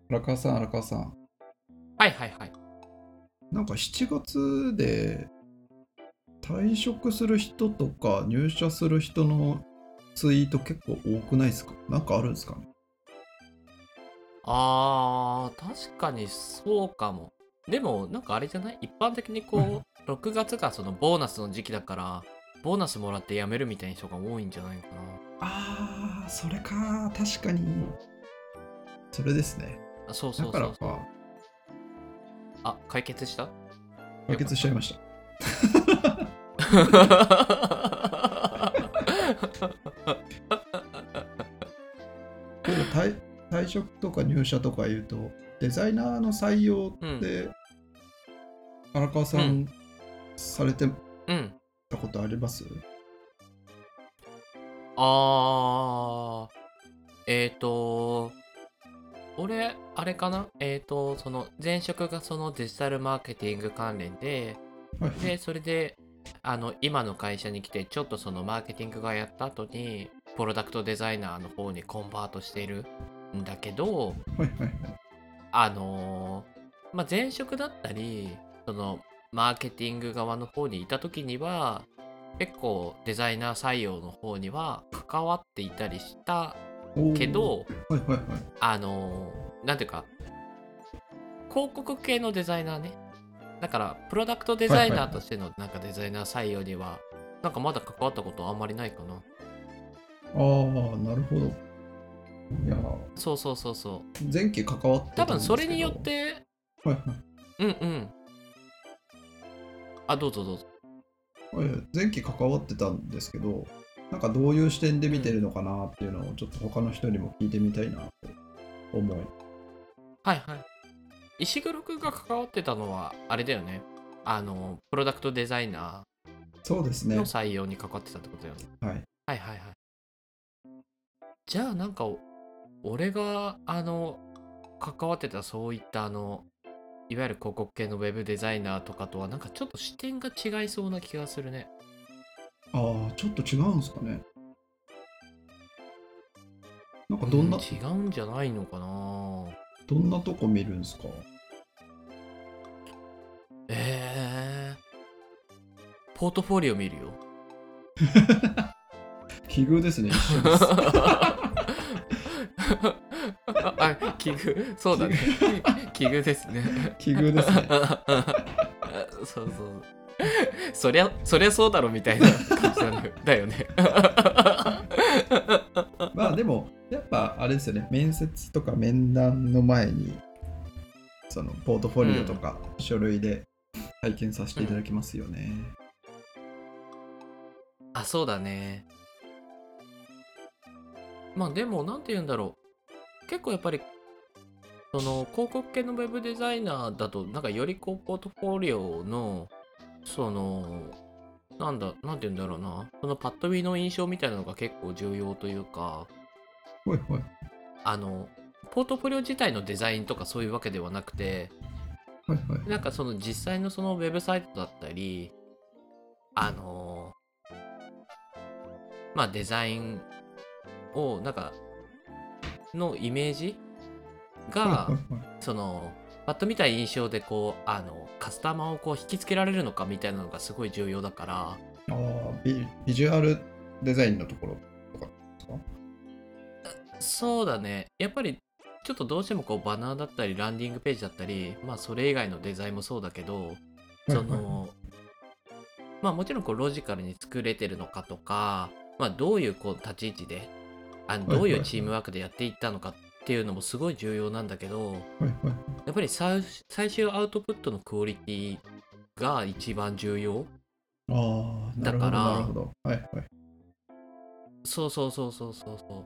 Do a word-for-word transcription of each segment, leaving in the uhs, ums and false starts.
荒川さん、荒川さん。 はいはいはい。 なんかしちがつで退職する人とか入社する人のツイート結構多くないですか？なんかあるんですかね？ あー、確かにそうかも。でも、なんかあれじゃない？一般的にはいはい。 こう、ろくがつがそのボーナスの時期だから、ボーナスもらって辞めるみたいな人が多いんじゃないかな。 あー、それか。確かに。それですね。 あ、そうだそうからか。 そうそう。あ、解決した？ 解よかった。 決しちゃいました。でも退、退職とか入社とか言うと、デザイナーの採用うん、 って荒川うん、 さんされてうん。 たことあります？ あー、えーと、俺、あれかなえーと、その前職がそのデジタルマーケティング関連で、 はいはい。 で、それで、あの、今の会社に来て、ちょっとそのマーケティングがやった後に、プロダクトデザイナーの方にコンバートしているんだけど、 はいはいはい。 あのーまあ、前職だったり、その、マーケティング側の方にいた時には、結構デザイナー採用の方には関わっていたりしたおー。 けど、 はいはいはい。 あのーなんていうか、広告系のデザイナーね。だから、プロダクトデはいはいはい。 ザイナーとしてのなんかデザイナー採用には、なんかまだ関わったことあんまりないかな。 ああ、なるほど。いや、 そうそうそうそう。 前期関わって多た分それによんですけど、 って、 はいうんうん。あ、どうぞどうぞ。 はい。はい、前期関わってたんですけど、なんかどういう視点で見てうん。 るのかなっていうのをちょっと他の人にも聞いてみたいなと思い。 はいはい。石黒くんが関わってたのは、あれだよね。あの、プロダクトデザイナそうですね。 ーの採用に関わってたってことだよね。 はい。 はいはいはい。じゃあなんか、俺が、あの、関わってたそういったあの、いわゆる広告系のウェブデザイナーとかとはなんかちょっと視点が違いそうな気がするね。 ああ、ちょっと違うんですかね。なんかうん、 どんな、 違うんじゃないのかな。 どんなとこ見るんですか？ えー、ポートフォリオ見るよ。 奇遇ですね、一緒です。 あ、奇遇、そう奇遇、 だね。奇遇ですね。 奇遇ですね。 そうそう。そりゃ、そりゃそうだろみたいな感じなんだよね。 まあでも、やっぱあれですよね、面接とか面談の前に、そのポートフォうん。 リオとか書類で拝見させうん。 ていただきますよね。 あ、そうだね。まあでも、なんて言うんだろう。結構やっぱり、その広告系のウェブデザイナーだと、なんかよりこう、ポートフォリオの、その、なんだ、なんて言うんだろうな。そのパッと見の印象みたいなのが結構重要というか、 はいはい。 あの、ポートフォリオ自体のデザインとかそういうわけではなくて、 はいはい。 なんかその実際のそのウェブサイトだったり、あの、まあデザインを、なんか、のイメージはいはいが、 はい。 その、パッと見た印象でこう、あの、カスタマーをこう引きつけられるのかみたいなのがすごい重要だから、 ああ、ビ、ビジュアルデザインのところとかですか？はそうだね。やっぱり、ちょっとどうしてもこうバナーだったりランディングページだったり、まあそれ以外のデザインもそうだけど、 いはいはい。 その、まあもちろんこうロジカルに作れてるのかとか、まあどういうこう立ち位置で、あのはいはいはい。 どういうチームワークでやっていったのかっていうのもすごい重要なんだけど、 はいはい。 やっぱり最最終アウトプットのクオリティが一番重要ああ、なだるほどなるほから、 ど。はいはい。 そうそうそうそうそうそう。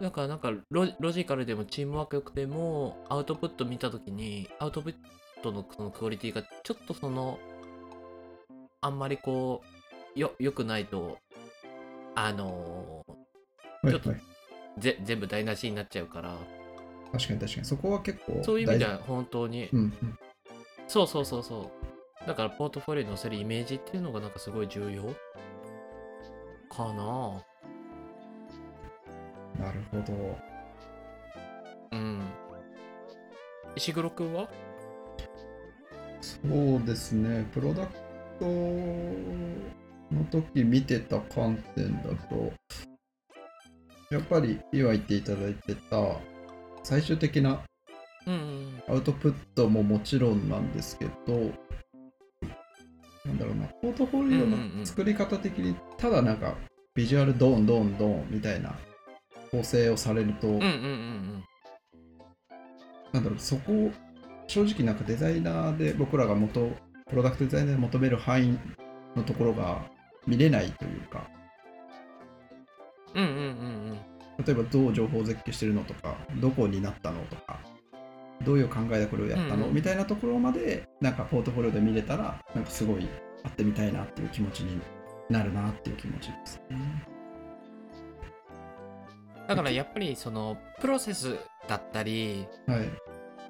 だからなんかロロジカルでもチームワーク良くてもアウトプット見たときにアウトプットのそのクオリティがちょっとそのあんまりこうよ良くないとあのーちょっとはいはい。 ぜ全部台無しになっちゃうから、 確かに確かに。そこは結構大事。 そういう意味では本当に、 うんうん。 そうそうそうそうだからポートフォリオに載せるイメージっていうのがなんかすごい重要かな。 なるほど。 うん。 石黒くんは？ そうですね、プロダクトの時見てた観点だと、やっぱり今言っていただいてた最終的なうんうんアウトプットももちろんなんですけど、なんだろうな、ポートフォリオの作り方的に、ただなんかビジュアルドンドンドンみたいな構成をされると、 うんうんうんうんなんだろう、そこを正直なんかデザイナーで僕らが元、プロダクトデザイナーで求める範囲のところが見れないというか、 うんうんうんうん例えばどう情報絶景してるのとか、どこになったのとか、どういう考えでこれをやったの、 うんうんみたいなところまでなんかポートフォリオで見れたら、なんかすごい会ってみたいなっていう気持ちになるなっていう気持ちですね。 だからやっぱりそのプロセスだったり、 はい。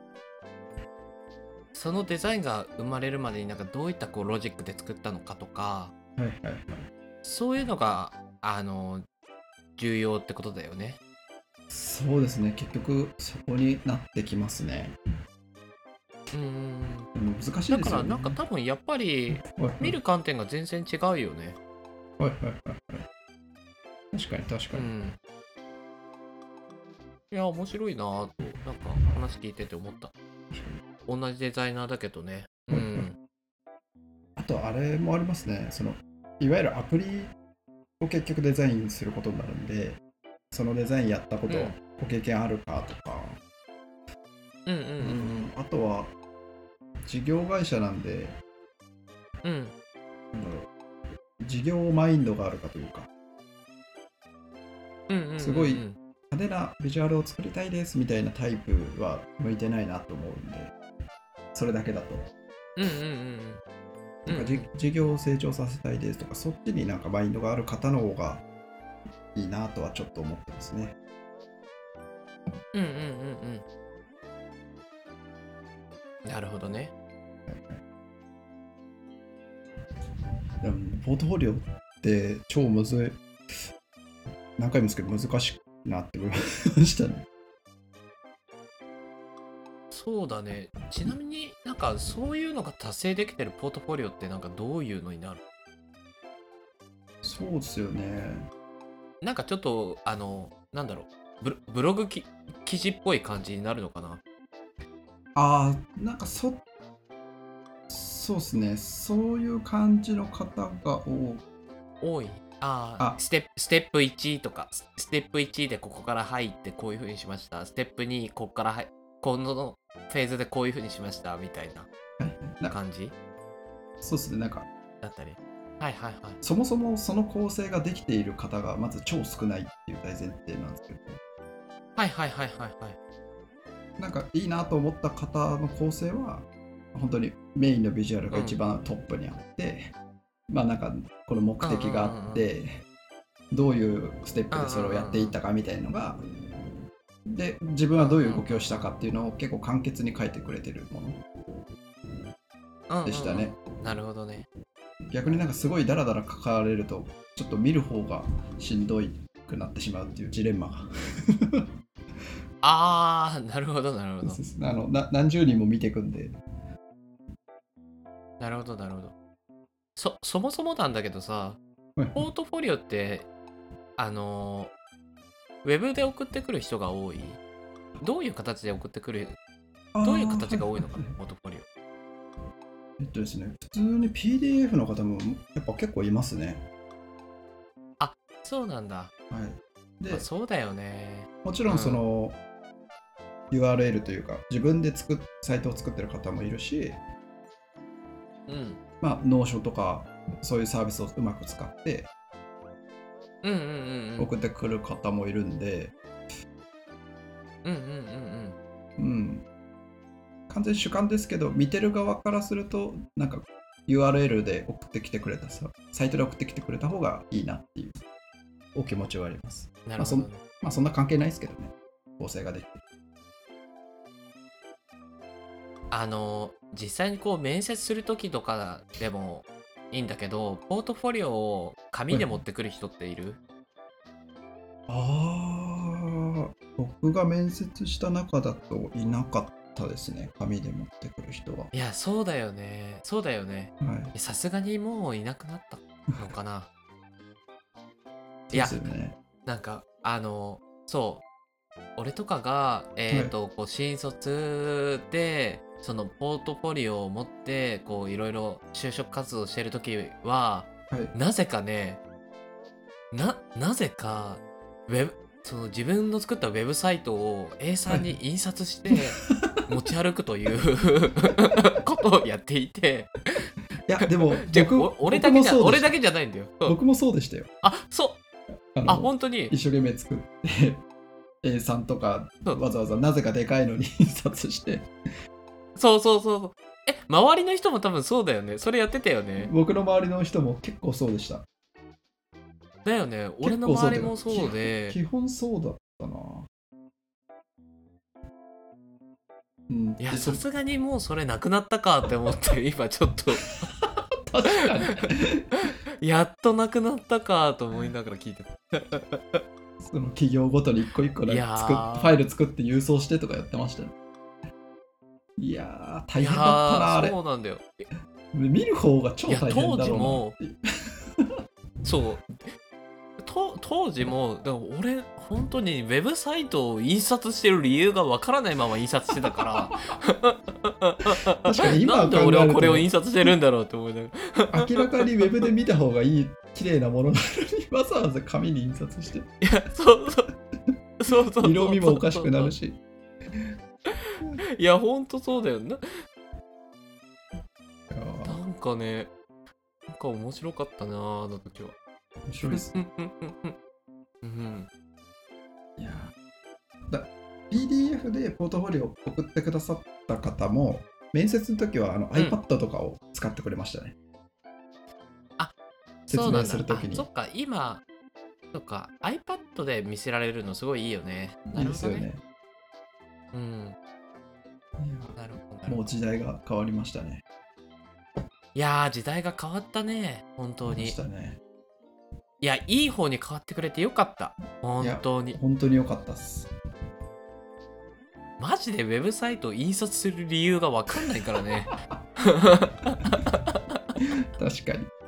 そのデザインが生まれるまでになんかどういったこうロジックで作ったのかとか、 はいはいはい。 そういうのがあの重要ってことだよね。 そうですね、結局そこになってきますね。 うんうんうん。 でも難しいですだよね。 からなんか多分やっぱりはいはい見る観点が全然違うよね。 はいはいはいはい。確かに確かに。 うん。いや面白いなぁとなんか話聞いてて思った。 確か同じデザイナーだけどね。うにはいはいん。 あとあれもありますね。そのいわゆるアプリを結局デザインすることになるんで、そのデザインやったこと、 うんご経験あるかとか、 うんうんうんうんあとは事業会社なんで、 うん。うん。 なんだろう、事業マインドがあるかというか、 うんうんうんうんすごい派手なビジュアルを作りたいですみたいなタイプは向いてないなと思うんで、それだけだと。 うんうんうんうんなんかじ事業を成長させたいですとか、そっちになんかマインドがある方の方がいいなとはちょっと思ってますね。 うんうんうんうんうん。なるほどね。 でもポートフォリオって超むずい、何回もですけど難しいなって思いましたね。 そうだね。ちなみになんかそういうのが達成できてるポートフォリオってなんかどういうのになる？ そうですよね。 なんかちょっとあのなんだろうブロブログき記事っぽい感じになるのかな？ ああ、なんかそ、そうですね。そういう感じの方が多多い。ああ、 あ、 ステップ、ステップいちとか、スステップいちでここから入ってこういう風にしました。ステップにここから入このフェーズでこういう風にしましたみたいなな感じそうですね。なんかだったり。はいはいはい。 そもそもその構成ができている方がまず超少ないっていう大前提なんですけど、 はいはいはいはいはい。 なんかいいなと思った方の構成は本当にメインのビジュアルが一番トップにあって、まあなんかこの目的があって、どういうステップでそれをやっていったかみたいなのが、で自分はどういう動きをしたかっていうのを結構簡潔に書いてくれてるものでしたね。 うんうんうん、なるほどね。 逆になんかすごいダラダラ書かれるとちょっと見る方がしんどいくなってしまうっていうジレンマがああ、なるほどなるほど。 あのな何十人も見ていくんで。 なるほどなるほど。そそもそもなんだけどさ、ポートフォリオってあのウェブで送ってくる人が多い？どういう形で送ってくる？どういう形が多いのかな、ポートフォリオ。 えっとですね、普通に ピーディーエフ の方もやっぱ結構いますね。 あ、そうなんだ。 はい。で、 まあ、そうだよね。 もちろんその、うん、ユーアールエル というか自分で作っサイトを作ってる方もいるし、 うん。 まあ、ノーションとかそういうサービスをうまく使ってうんうんうんうん。 送ってくる方もいるんで、 うんうんうんうん。 うん。完全に主観ですけど、見てる側からすると、なんか ユーアールエル で送ってきてくれたさ、サイトで送ってきてくれた方がいいなっていうお気持ちはあります。 なるほどね。 まあ、そまあそんな関係ないですけどね、構成ができて。 あの実際にこう面接するときとかでもいいんだけど、ポートフォリオを紙で持ってくる人っている？ ああ、僕が面接した中だといなかっったですね、紙で持ってくる人は。 いや、そうだよね。そうだよね。 はいさすがにもういなくなったのかな。いでや、 すよね。 なんか、あの、そう、俺とかが、えっと、こう、新卒で、そのポートフォリオを持って、こう、いろいろ就職活動してるときは、 はい。 なぜかね、な、なぜか、ウェブ、その自分の作ったウェブサイトを エースリー に印刷して持ち歩くということをやっていて、 いや、でもじゃ僕、 お俺だけじゃ、 僕もそうでした俺だけじゃないんだよ。そう僕もそうでしたよ。 あ、そう、 あのあ、本当に。 一生懸命作って、エースリー とかそうわざわざなぜかでかいのに印刷して、 そうそうそうそう。え、周りの人も多分そうだよね。それやってたよね。 僕の周りの人も結構そうでした。 だよね。俺の結構周りもそうで。 基本そうだったな。うん、 いや、 でそさすがにもうそれなくなったかって思って、今ちょっと、 確かにやっとなくなったかと思いながら聞いてた。 その企業ごとに一個一個なんいやか作っーファイル作って郵送してとかやってましたね。いやー、大いや変だったな、あー、 れ。 そうなんだよ。 見る方が超大変だろうなっていう。 いや当時もそう。と当時も、だから俺、本当にウェブサイトを印刷してる理由がわからないまま印刷してたから確かに今なんで考えると俺はこれを印刷してるんだろうって思いながら。 明らかにウェブで見た方がいい綺麗なものなのにわざわざ紙に印刷していや、そうそう。そうそうそうそう。 色味もおかしくなるし。 いや、ほんとそうだよな。 いやーなんかね、なんか面白かったな、あの時は。 面白いっす。 うんうんうんうんうんいやーだ ピーディーエフ でポートフォリオを送ってくださった方も面接の時はあの、 ん iPad とかを使ってくれましたね。 あ、 説明そうなんだ。 するときに。 あそっか、今、そっか、iPad で見せられるのすごいいいよね。ないるほどね。 いですよね。 うん。 いやなるほどなるほど。 もう時代が変わりましたね。 いやー、時代が変わったね。本当に。 ましたね。 いや、いい方に変わってくれてよかった。本当に。 本当に良かったっす。 マジでウェブサイトを印刷する理由がわかんないからね。 確かに。